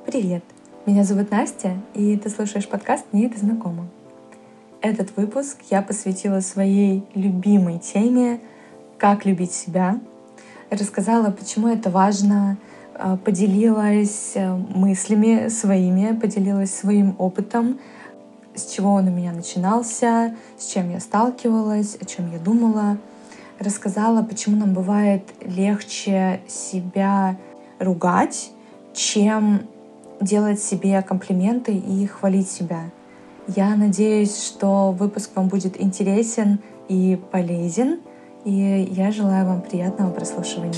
Привет! Меня зовут Настя, и ты слушаешь подкаст «Мне это знакомо». Этот выпуск я посвятила своей любимой теме «Как любить себя». Рассказала, почему это важно, поделилась мыслями своими, поделилась своим опытом, с чего он у меня начинался, с чем я сталкивалась, о чем я думала. Рассказала, почему нам бывает легче себя ругать, чем делать себе комплименты и хвалить себя. Я надеюсь, что выпуск вам будет интересен и полезен, и я желаю вам приятного прослушивания.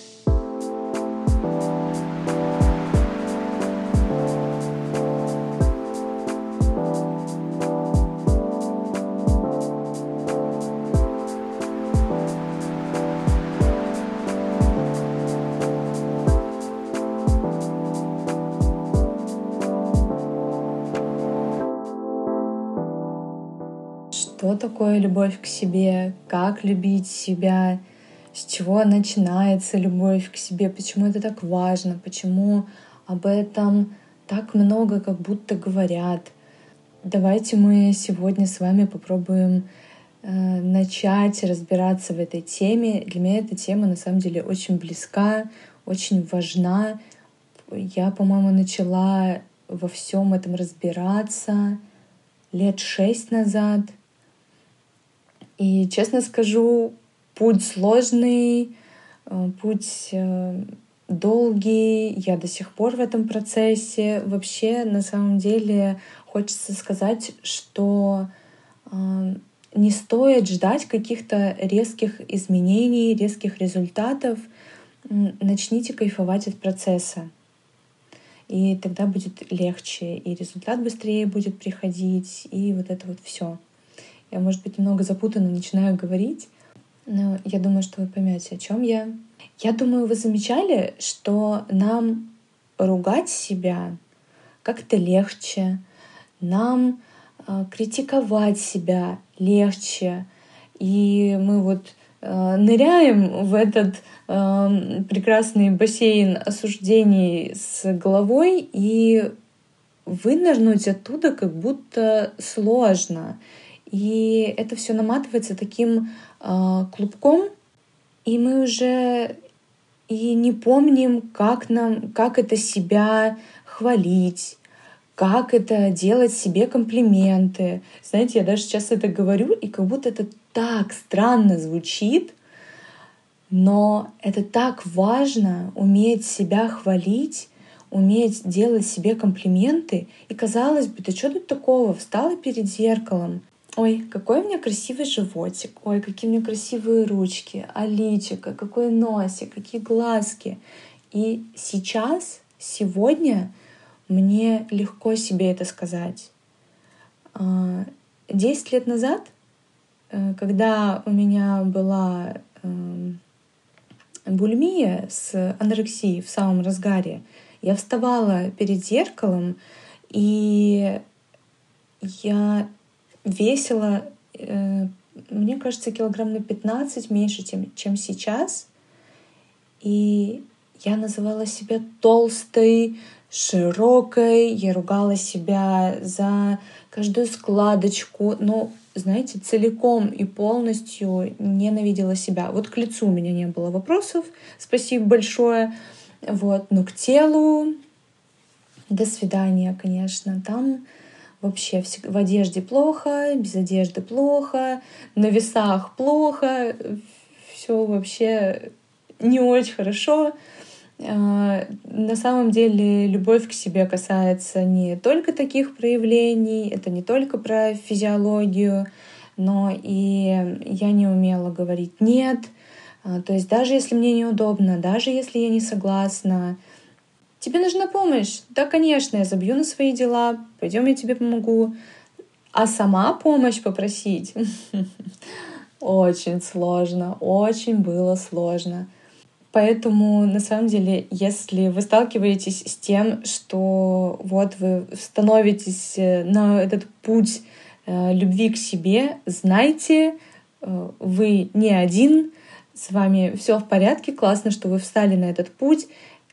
Что такое любовь к себе? Как любить себя? С чего начинается любовь к себе? Почему это так важно? Почему об этом так много как будто говорят? Давайте мы сегодня с вами попробуем начать разбираться в этой теме. Для меня эта тема на самом деле очень близка, очень важна. Я, по-моему, начала во всем этом разбираться 6 лет назад. И, честно скажу, путь сложный, путь долгий, я до сих пор в этом процессе. Вообще, на самом деле, хочется сказать, что не стоит ждать каких-то резких изменений, резких результатов. Начните кайфовать от процесса. И тогда будет легче, и результат быстрее будет приходить, и вот это вот все. Я, может быть, немного запутанно начинаю говорить, но я думаю, что вы поймете, о чем я. Я думаю, вы замечали, что нам ругать себя как-то легче, нам критиковать себя легче. И мы вот ныряем в этот прекрасный бассейн осуждений с головой, и вынырнуть оттуда как будто сложно. И это все наматывается таким клубком, и мы уже и не помним, как это себя хвалить, как это делать себе комплименты. Знаете, я даже сейчас это говорю, и как будто это так странно звучит, но это так важно уметь себя хвалить, уметь делать себе комплименты. И казалось бы, да что тут такого? Встала перед зеркалом. Ой, какой у меня красивый животик. Ой, какие у меня красивые ручки. А личико, какой носик, какие глазки. И сегодня мне легко себе это сказать. 10 лет назад, когда у меня была булимия с анорексией в самом разгаре, я вставала перед зеркалом, и я весила, мне кажется, килограмм на 15 меньше, чем сейчас. И я называла себя толстой, широкой, я ругала себя за каждую складочку, но, знаете, целиком и полностью ненавидела себя. Вот к лицу у меня не было вопросов, спасибо большое. Вот. Но к телу до свидания, конечно. Там вообще в одежде плохо, без одежды плохо, на весах плохо, все вообще не очень хорошо. На самом деле любовь к себе касается не только таких проявлений, это не только про физиологию, но и я не умела говорить «нет». То есть даже если мне неудобно, даже если я не согласна, тебе нужна помощь? Да, конечно, я забью на свои дела, пойдем, я тебе помогу. А сама помощь попросить? Очень сложно, очень было сложно. Поэтому, на самом деле, если вы сталкиваетесь с тем, что вот вы становитесь на этот путь любви к себе, знайте, вы не один, с вами все в порядке, классно, что вы встали на этот путь.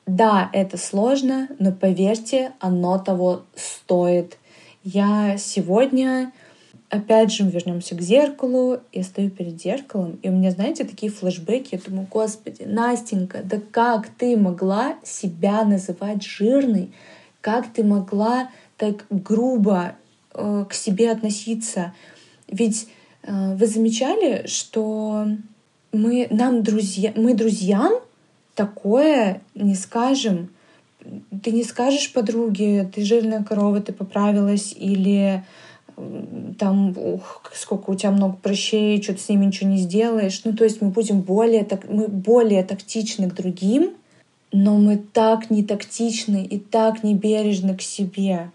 Да, это сложно, но поверьте, оно того стоит. Я сегодня, опять же, вернемся к зеркалу, я стою перед зеркалом, и у меня, знаете, такие флешбеки, я думаю, Господи, Настенька, да как ты могла себя называть жирной? Как ты могла так грубо к себе относиться? Ведь вы замечали, что мы друзьям такое не скажем. Ты не скажешь подруге, ты жирная корова, ты поправилась, или там, ух, сколько у тебя много прыщей, что ты с ними ничего не сделаешь. Ну, то есть мы мы более тактичны к другим, но мы так не тактичны и так не бережны к себе.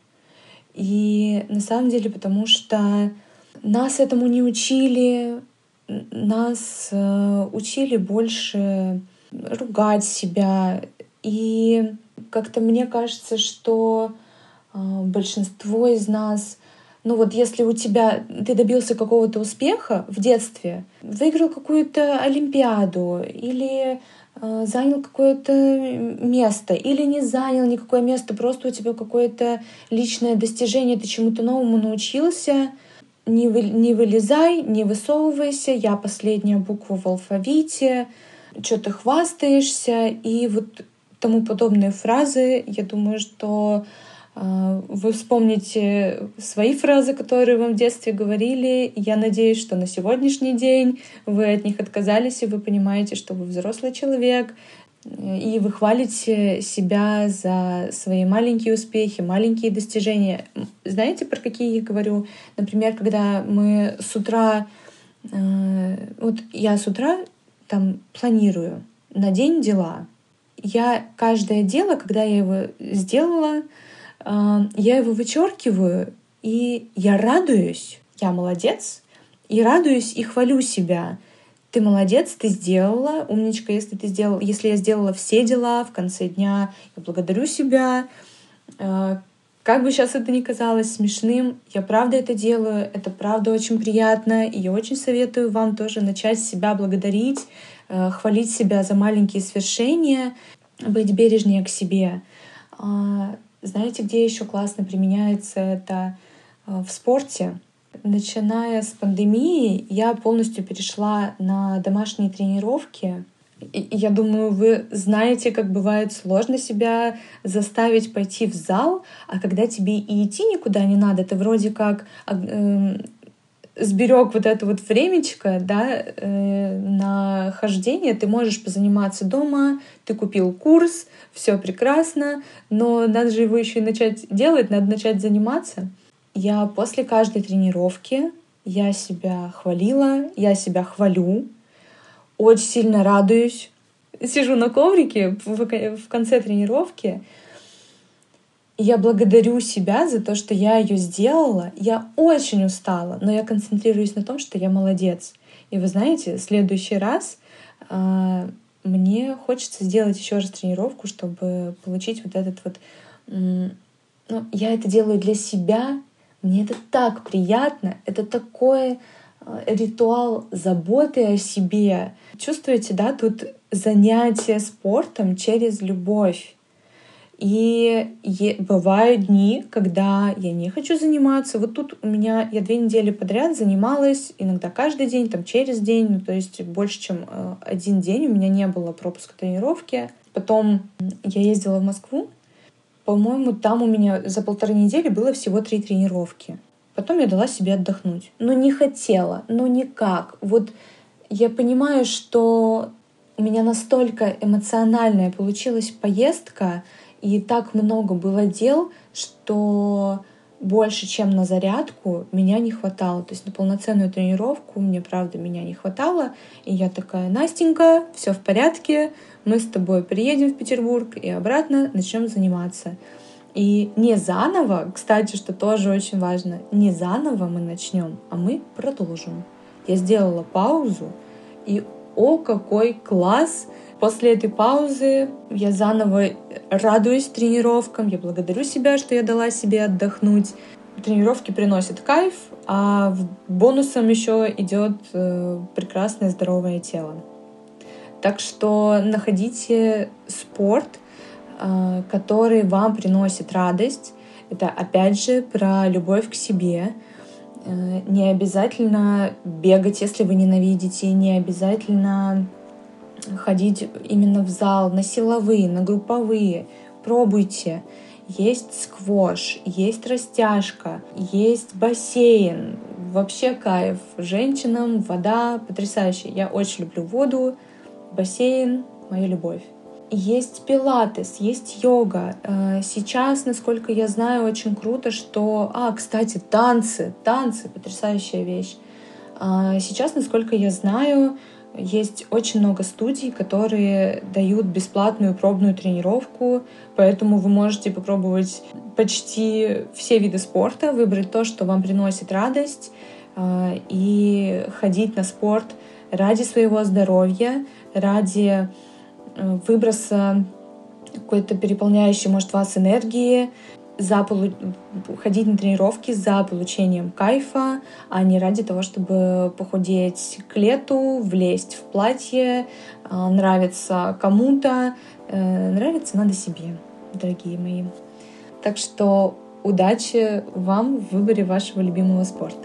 И на самом деле, потому что нас этому не учили, нас учили больше ругать себя. И как-то мне кажется, что большинство из нас, ну вот если ты добился какого-то успеха в детстве, выиграл какую-то олимпиаду или занял какое-то место, или не занял никакое место, просто у тебя какое-то личное достижение, ты чему-то новому научился, не вылезай, не высовывайся, я последняя буква в алфавите, что ты хвастаешься, и вот тому подобные фразы. Я думаю, что вы вспомните свои фразы, которые вам в детстве говорили. Я надеюсь, что на сегодняшний день вы от них отказались, и вы понимаете, что вы взрослый человек, и вы хвалите себя за свои маленькие успехи, маленькие достижения. Знаете, про какие я говорю? Например, когда мы с утра... Вот я с утра там планирую на день дела. Я каждое дело, когда я его сделала, я его вычеркиваю, и я радуюсь. Я молодец. И радуюсь, и хвалю себя. Ты молодец, ты сделала, умничка, если я сделала все дела в конце дня, я благодарю себя. Как бы сейчас это ни казалось смешным, я правда это делаю, это правда очень приятно, и я очень советую вам тоже начать себя благодарить, хвалить себя за маленькие свершения, быть бережнее к себе. Знаете, где еще классно применяется это? В спорте. Начиная с пандемии, я полностью перешла на домашние тренировки. И я думаю, вы знаете, как бывает сложно себя заставить пойти в зал, а когда тебе и идти никуда не надо, ты вроде как сберег вот это вот времечко, да, на хождение, ты можешь позаниматься дома, ты купил курс, все прекрасно, но надо же его еще и начать делать, надо начать заниматься. Я после каждой тренировки я себя хвалила, я себя хвалю, очень сильно радуюсь, сижу на коврике в конце тренировки. Я благодарю себя за то, что я ее сделала. Я очень устала, но я концентрируюсь на том, что я молодец. И вы знаете, в следующий раз мне хочется сделать еще раз тренировку, чтобы получить вот этот вот... Ну, я это делаю для себя. Мне это так приятно. Это такой ритуал заботы о себе. Чувствуете, да, тут занятие спортом через любовь. И бывают дни, когда я не хочу заниматься. Вот тут я 2 недели подряд занималась, иногда каждый день, там через день, ну, то есть больше, чем 1 день у меня не было пропуска тренировки. Потом я ездила в Москву. По-моему, там у меня за 1,5 недели было всего 3 тренировки. Потом я дала себе отдохнуть. Но не хотела, но никак. Вот я понимаю, что у меня настолько эмоциональная получилась поездка, и так много было дел, что больше, чем на зарядку, меня не хватало. То есть на полноценную тренировку мне, правда, меня не хватало. И я такая: Настенька, все в порядке, мы с тобой приедем в Петербург и обратно начнем заниматься. И не заново, кстати, что тоже очень важно, не заново мы начнем, а мы продолжим. Я сделала паузу, и о, какой класс! После этой паузы я заново радуюсь тренировкам, я благодарю себя, что я дала себе отдохнуть. Тренировки приносят кайф, а бонусом еще идет прекрасное здоровое тело. Так что находите спорт, который вам приносит радость. Это опять же про любовь к себе. Не обязательно бегать, если вы ненавидите, не обязательно ходить именно в зал, на силовые, на групповые. Пробуйте. Есть сквош, есть растяжка, есть бассейн. Вообще кайф. Женщинам вода потрясающая. Я очень люблю воду. Бассейн — моя любовь. Есть пилатес, есть йога. Сейчас, насколько я знаю, очень круто, что... кстати, танцы. Танцы — потрясающая вещь. Сейчас, насколько я знаю, есть очень много студий, которые дают бесплатную пробную тренировку, поэтому вы можете попробовать почти все виды спорта, выбрать то, что вам приносит радость, и ходить на спорт ради своего здоровья, ради выброса какой-то переполняющей, может, вас энергии, ходить на тренировки за получением кайфа, а не ради того, чтобы похудеть к лету, влезть в платье, нравится кому-то. Нравится надо себе, дорогие мои. Так что удачи вам в выборе вашего любимого спорта.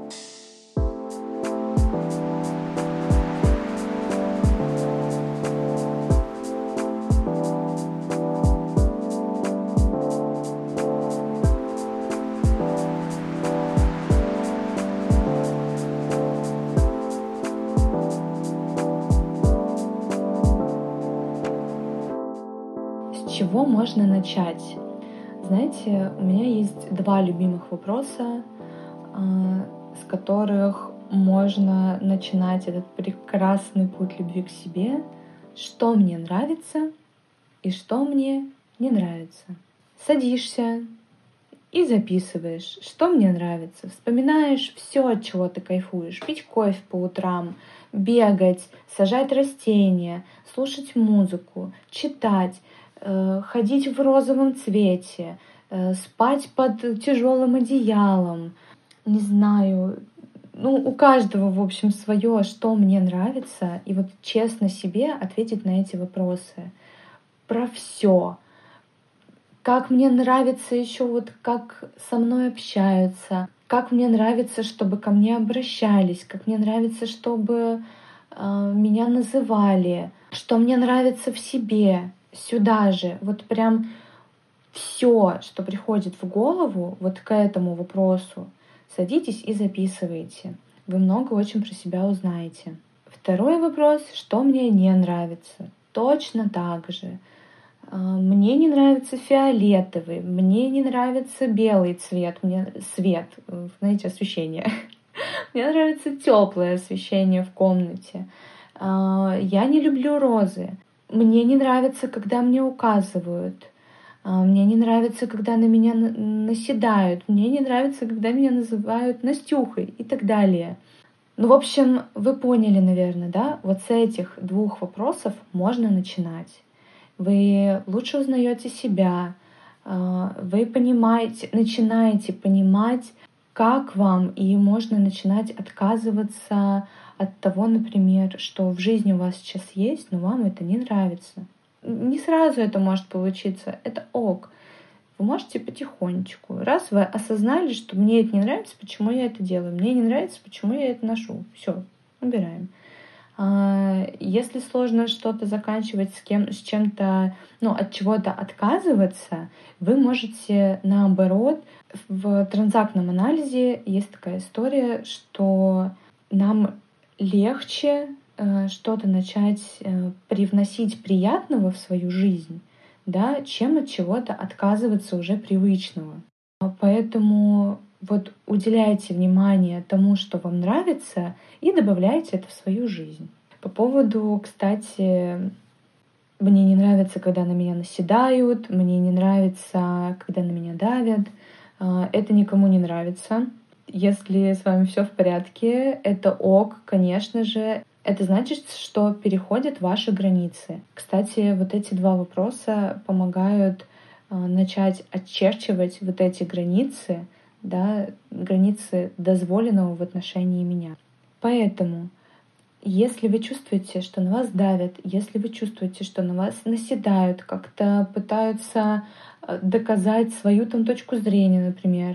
С чего можно начать? Знаете, у меня есть 2 любимых вопроса, с которых можно начинать этот прекрасный путь любви к себе. Что мне нравится и что мне не нравится? Садишься и записываешь, что мне нравится. Вспоминаешь все, от чего ты кайфуешь. Пить кофе по утрам, бегать, сажать растения, слушать музыку, читать, ходить в розовом цвете, спать под тяжелым одеялом. Не знаю, у каждого, в общем, свое, что мне нравится. И вот честно себе ответить на эти вопросы. Про все. Как мне нравится еще вот как со мной общаются, как мне нравится, чтобы ко мне обращались, как мне нравится, чтобы меня называли, что мне нравится в себе, сюда же. Вот прям все, что приходит в голову вот к этому вопросу, садитесь и записывайте. Вы много очень про себя узнаете. Второй вопрос, что мне не нравится. Точно так же. Мне не нравится фиолетовый, мне не нравится белый цвет, мне свет, знаете, освещение. Мне нравится теплое освещение в комнате. Я не люблю розы. Мне не нравится, когда мне указывают. Мне не нравится, когда на меня наседают. Мне не нравится, когда меня называют Настюхой и так далее. В общем, вы поняли, наверное, да? Вот с этих 2 вопросов можно начинать. Вы лучше узнаете себя, вы начинаете понимать, как вам, и можно начинать отказываться от того, например, что в жизни у вас сейчас есть, но вам это не нравится. Не сразу это может получиться, это ок. Вы можете потихонечку. Раз вы осознали, что мне это не нравится, почему я это делаю, мне не нравится, почему я это ношу. Все, убираем. Если сложно что-то заканчивать с чем-то, от чего-то отказываться, вы можете наоборот. В транзактном анализе есть такая история, что нам легче что-то начать привносить приятного в свою жизнь, да, чем от чего-то отказываться уже привычного. Поэтому вот уделяйте внимание тому, что вам нравится, и добавляйте это в свою жизнь. По поводу, кстати, мне не нравится, когда на меня наседают, мне не нравится, когда на меня давят. Это никому не нравится. Если с вами все в порядке, это ок, конечно же. Это значит, что переходят ваши границы. Кстати, вот эти 2 вопроса помогают начать очерчивать вот эти границы, да, границы дозволенного в отношении меня. Поэтому Если вы чувствуете, что на вас давят, если вы чувствуете, что на вас наседают, как-то пытаются доказать свою там точку зрения, например,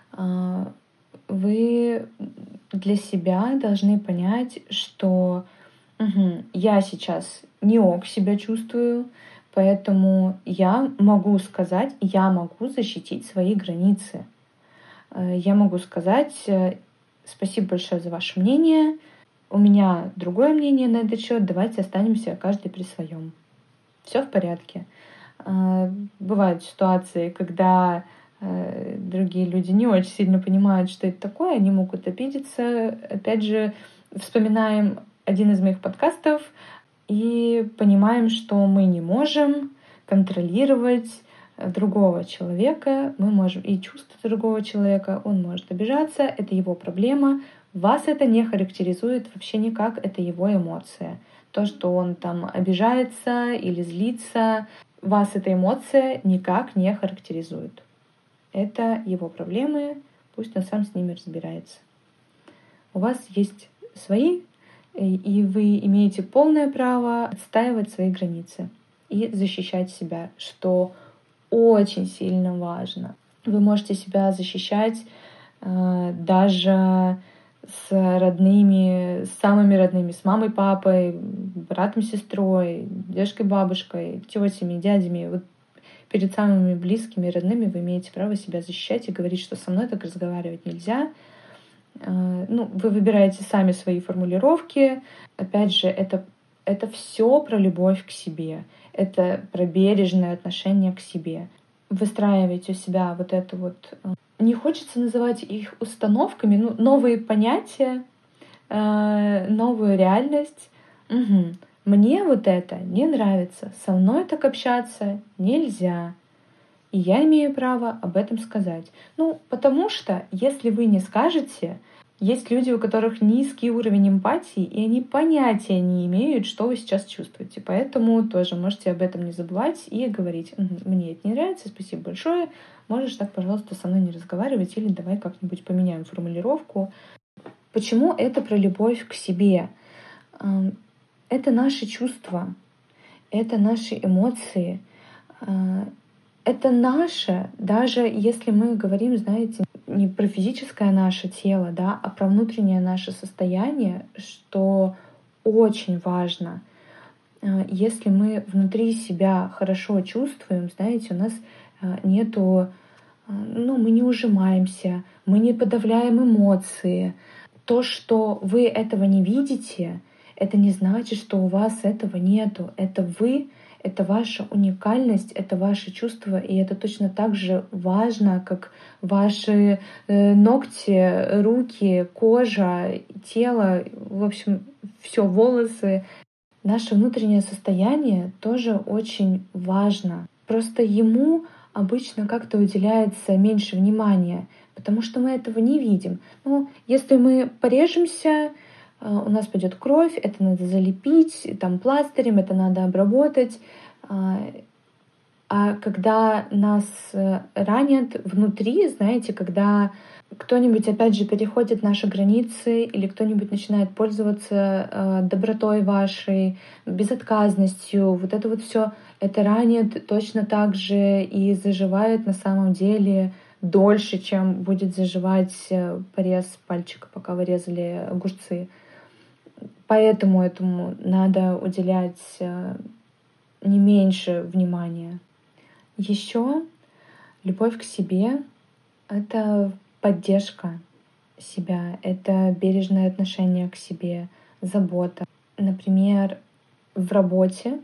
вы для себя должны понять, что я сейчас не ок себя чувствую, поэтому я могу сказать, я могу защитить свои границы. Я могу сказать спасибо большое за ваше мнение, у меня другое мнение на этот счет, давайте останемся каждый при своем. Все в порядке. Бывают ситуации, когда другие люди не очень сильно понимают, что это такое, они могут обидеться. Опять же, вспоминаем один из моих подкастов и понимаем, что мы не можем контролировать другого человека, мы можем и чувства другого человека, он может обижаться, это его проблема, вас это не характеризует вообще никак, это его эмоция. То, что он там обижается или злится, вас эта эмоция никак не характеризует. Это его проблемы, пусть он сам с ними разбирается. У вас есть свои, и вы имеете полное право отстаивать свои границы и защищать себя, что очень сильно важно. Вы можете себя защищать даже с родными, с самыми родными, с мамой, папой, братом, сестрой, дедушкой, бабушкой, тетями, дядями. Вот перед самыми близкими и родными вы имеете право себя защищать и говорить, что со мной так разговаривать нельзя. Вы выбираете сами свои формулировки. Опять же, это все про любовь к себе. Это про бережное отношение к себе. Выстраиваете у себя вот это вот... Не хочется называть их установками, новые понятия, новую реальность. Мне вот это не нравится. Со мной так общаться нельзя. И я имею право об этом сказать. Потому что, если вы не скажете, есть люди, у которых низкий уровень эмпатии, и они понятия не имеют, что вы сейчас чувствуете. Поэтому тоже можете об этом не забывать и говорить: мне это не нравится, спасибо большое, можешь так, пожалуйста, со мной не разговаривать, или давай как-нибудь поменяем формулировку. Почему это про любовь к себе? Это наши чувства, это наши эмоции, это наше, даже если мы говорим, знаете, не про физическое наше тело, да, а про внутреннее наше состояние, что очень важно. Если мы внутри себя хорошо чувствуем, знаете, у нас нету, мы не ужимаемся, мы не подавляем эмоции. То, что вы этого не видите, это не значит, что у вас этого нету. Это вы, это ваша уникальность, это ваши чувства, и это точно так же важно, как ваши ногти, руки, кожа, тело, в общем, все, волосы. Наше внутреннее состояние тоже очень важно. Просто ему обычно как-то уделяется меньше внимания, потому что мы этого не видим. Если мы порежемся, у нас пойдет кровь, это надо залепить там пластырем, это надо обработать. А когда нас ранят внутри, знаете, когда кто-нибудь, опять же, переходит наши границы, или кто-нибудь начинает пользоваться добротой вашей, безотказностью, вот это вот все, это ранит точно так же и заживает на самом деле дольше, чем будет заживать порез пальчика, пока вы резали огурцы. Поэтому этому надо уделять не меньше внимания. Еще любовь к себе — это поддержка себя, это бережное отношение к себе, забота. Например, в работе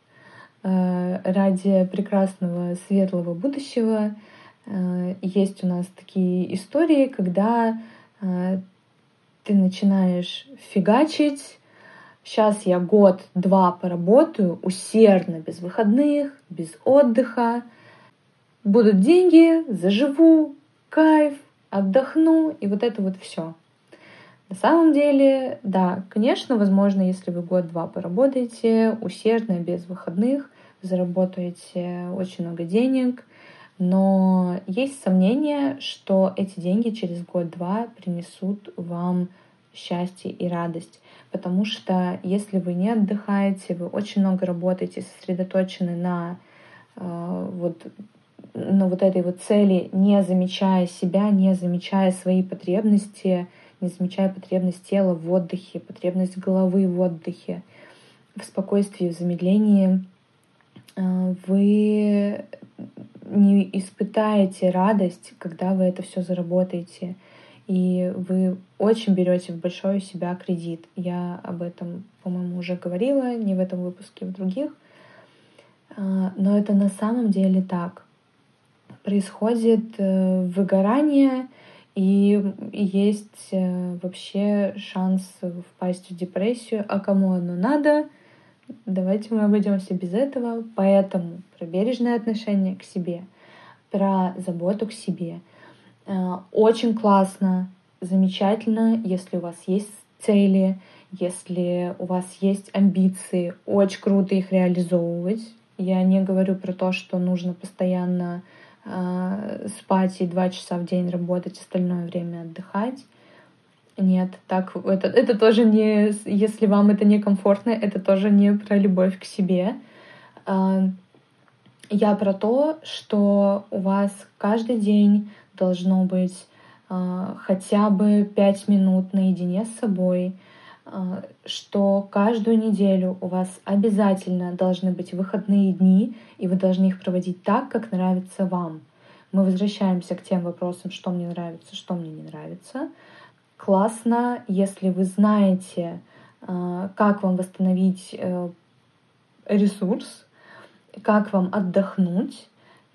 ради прекрасного светлого будущего есть у нас такие истории, когда ты начинаешь фигачить. Сейчас я год-два поработаю усердно, без выходных, без отдыха. Будут деньги, заживу, кайф, отдохну, и вот это вот все. На самом деле, да, конечно, возможно, если вы год-два поработаете усердно, без выходных, заработаете очень много денег, но есть сомнение, что эти деньги через год-два принесут вам счастье и радость. Потому что если вы не отдыхаете, вы очень много работаете, сосредоточены на вот этой вот цели, не замечая себя, не замечая свои потребности, не замечая потребность тела в отдыхе, потребность головы в отдыхе, в спокойствии, в замедлении, вы не испытаете радость, когда вы это все заработаете. И вы очень берете в большой у себя кредит. Я об этом, по-моему, уже говорила, не в этом выпуске, в других. Но это на самом деле так. Происходит выгорание, и есть вообще шанс впасть в депрессию. А кому оно надо? Давайте мы обойдемся без этого. Поэтому про бережное отношение к себе, про заботу к себе. Очень классно, замечательно, если у вас есть цели, если у вас есть амбиции, очень круто их реализовывать. Я не говорю про то, что нужно постоянно спать и 2 часа в день работать, остальное время отдыхать. Нет, так это тоже не, если вам это некомфортно, это тоже не про любовь к себе. Я про то, что у вас каждый день должно быть хотя бы 5 минут наедине с собой, что каждую неделю у вас обязательно должны быть выходные дни, и вы должны их проводить так, как нравится вам. Мы возвращаемся к тем вопросам, что мне нравится, что мне не нравится. Классно, если вы знаете, как вам восстановить ресурс, как вам отдохнуть.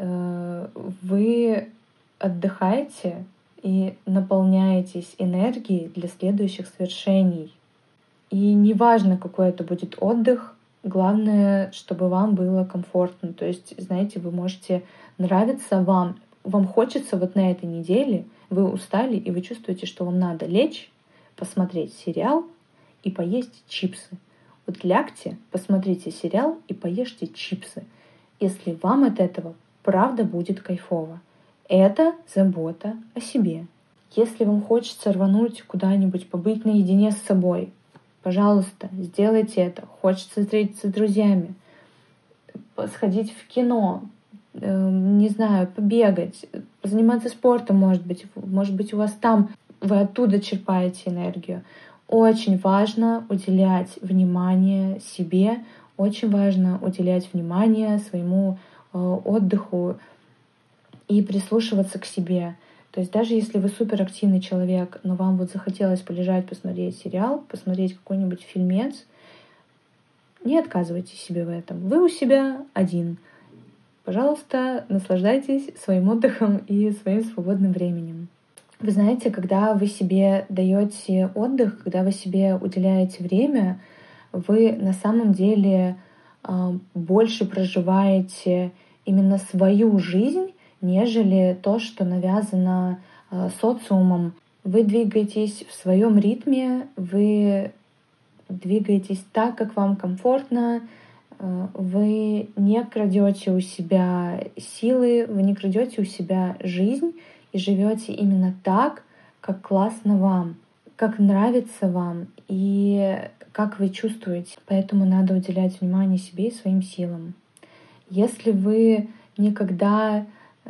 Вы отдыхаете и наполняетесь энергией для следующих свершений. И неважно, какой это будет отдых, главное, чтобы вам было комфортно. То есть, знаете, вы можете нравиться вам хочется вот на этой неделе, вы устали, и вы чувствуете, что вам надо лечь, посмотреть сериал и поесть чипсы. Вот лягте, посмотрите сериал и поешьте чипсы. Если вам от этого правда будет кайфово. Это забота о себе. Если вам хочется рвануть куда-нибудь, побыть наедине с собой, пожалуйста, сделайте это. Хочется встретиться с друзьями, сходить в кино, не знаю, побегать, заниматься спортом, может быть, у вас там, вы оттуда черпаете энергию. Очень важно уделять внимание себе, очень важно уделять внимание своему отдыху и прислушиваться к себе. То есть даже если вы суперактивный человек, но вам вот захотелось полежать, посмотреть сериал, посмотреть какой-нибудь фильмец, не отказывайте себе в этом. Вы у себя один. Пожалуйста, наслаждайтесь своим отдыхом и своим свободным временем. Вы знаете, когда вы себе даете отдых, когда вы себе уделяете время, вы на самом деле больше проживаете именно свою жизнь, нежели то, что навязано социумом. Вы двигаетесь в своем ритме, вы двигаетесь так, как вам комфортно, вы не крадете у себя силы, вы не крадете у себя жизнь и живете именно так, как классно вам, как нравится вам и как вы чувствуете. Поэтому надо уделять внимание себе и своим силам. Если вы никогда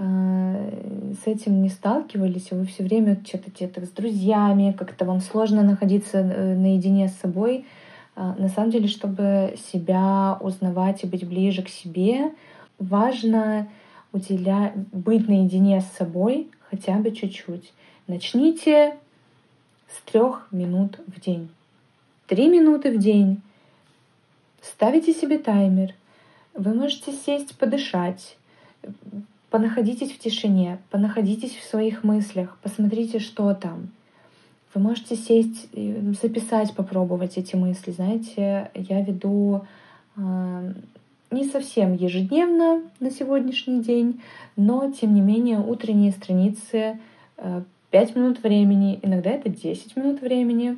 с этим не сталкивались, и вы все время что-то где-то с друзьями, как-то вам сложно находиться наедине с собой, на самом деле, чтобы себя узнавать и быть ближе к себе, важно быть наедине с собой хотя бы чуть-чуть. Начните с 3 минут в день. 3 минуты в день. Ставите себе таймер. Вы можете сесть, подышать, понаходитесь в тишине, понаходитесь в своих мыслях, посмотрите, что там. Вы можете сесть, записать, попробовать эти мысли. Знаете, я веду не совсем ежедневно на сегодняшний день, но, тем не менее, утренние страницы 5 минут времени, иногда это 10 минут времени.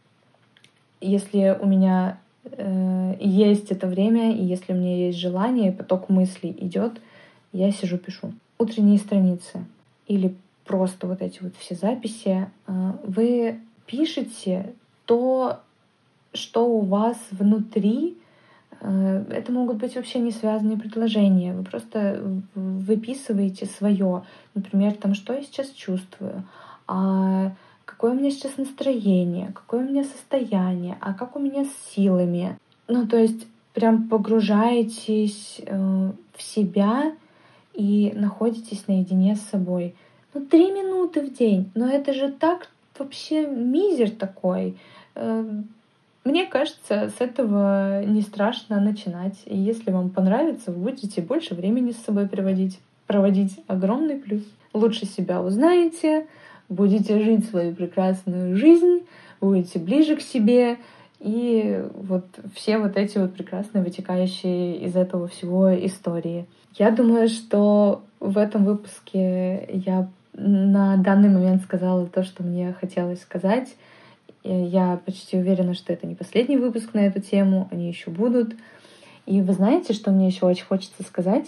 Если у меня есть это время, и если у меня есть желание, поток мыслей идет, я сижу, пишу. Утренние страницы или просто вот эти вот все записи, вы пишете то, что у вас внутри, это могут быть вообще не связанные предложения. Вы просто выписываете свое. Например, там, что я сейчас чувствую, какое у меня сейчас настроение, какое у меня состояние, а как у меня с силами. Ну, то есть прям погружаетесь в себя и находитесь наедине с собой. 3 минуты в день. Но это же так вообще мизер такой. Мне кажется, с этого не страшно начинать. И если вам понравится, вы будете больше времени с собой проводить огромный плюс. Лучше себя узнаете, будете жить свою прекрасную жизнь, будете ближе к себе. И вот все вот эти вот прекрасные, вытекающие из этого всего истории. Я думаю, что в этом выпуске я на данный момент сказала то, что мне хотелось сказать. Я почти уверена, что это не последний выпуск на эту тему, они еще будут. И вы знаете, что мне еще очень хочется сказать?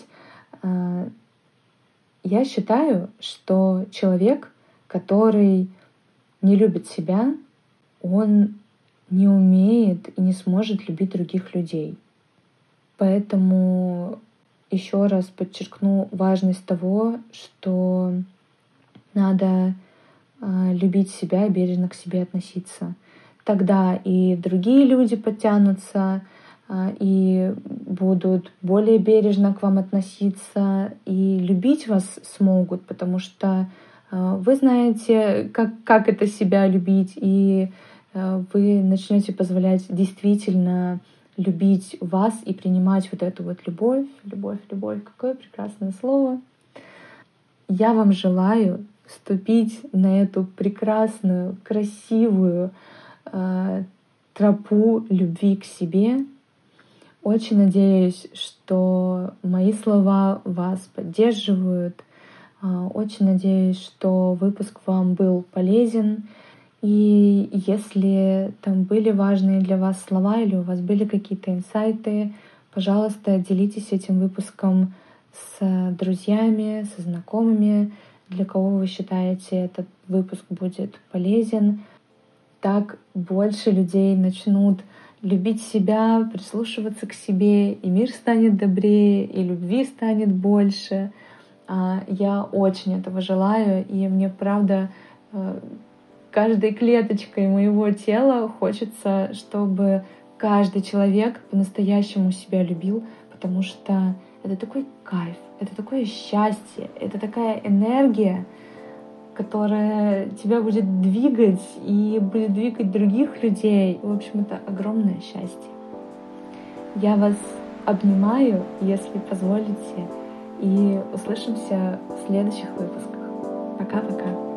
Я считаю, что человек, который не любит себя, он не умеет и не сможет любить других людей. Поэтому еще раз подчеркну важность того, что надо любить себя и бережно к себе относиться. Тогда и другие люди подтянутся, и будут более бережно к вам относиться, и любить вас смогут, потому что вы знаете, как это себя любить, и вы начнете позволять действительно любить вас и принимать вот эту вот любовь. Какое прекрасное слово. Я вам желаю вступить на эту прекрасную, красивую тропу любви к себе. Очень надеюсь, что мои слова вас поддерживают. Очень надеюсь, что выпуск вам был полезен. И если там были важные для вас слова или у вас были какие-то инсайты, пожалуйста, делитесь этим выпуском с друзьями, со знакомыми, для кого вы считаете этот выпуск будет полезен. Так больше людей начнут любить себя, прислушиваться к себе, и мир станет добрее, и любви станет больше. Я очень этого желаю, и мне правда каждой клеточкой моего тела хочется, чтобы каждый человек по-настоящему себя любил, потому что это такой кайф, это такое счастье, это такая энергия, которая тебя будет двигать и будет двигать других людей. В общем, это огромное счастье. Я вас обнимаю, если позволите, и услышимся в следующих выпусках. Пока-пока.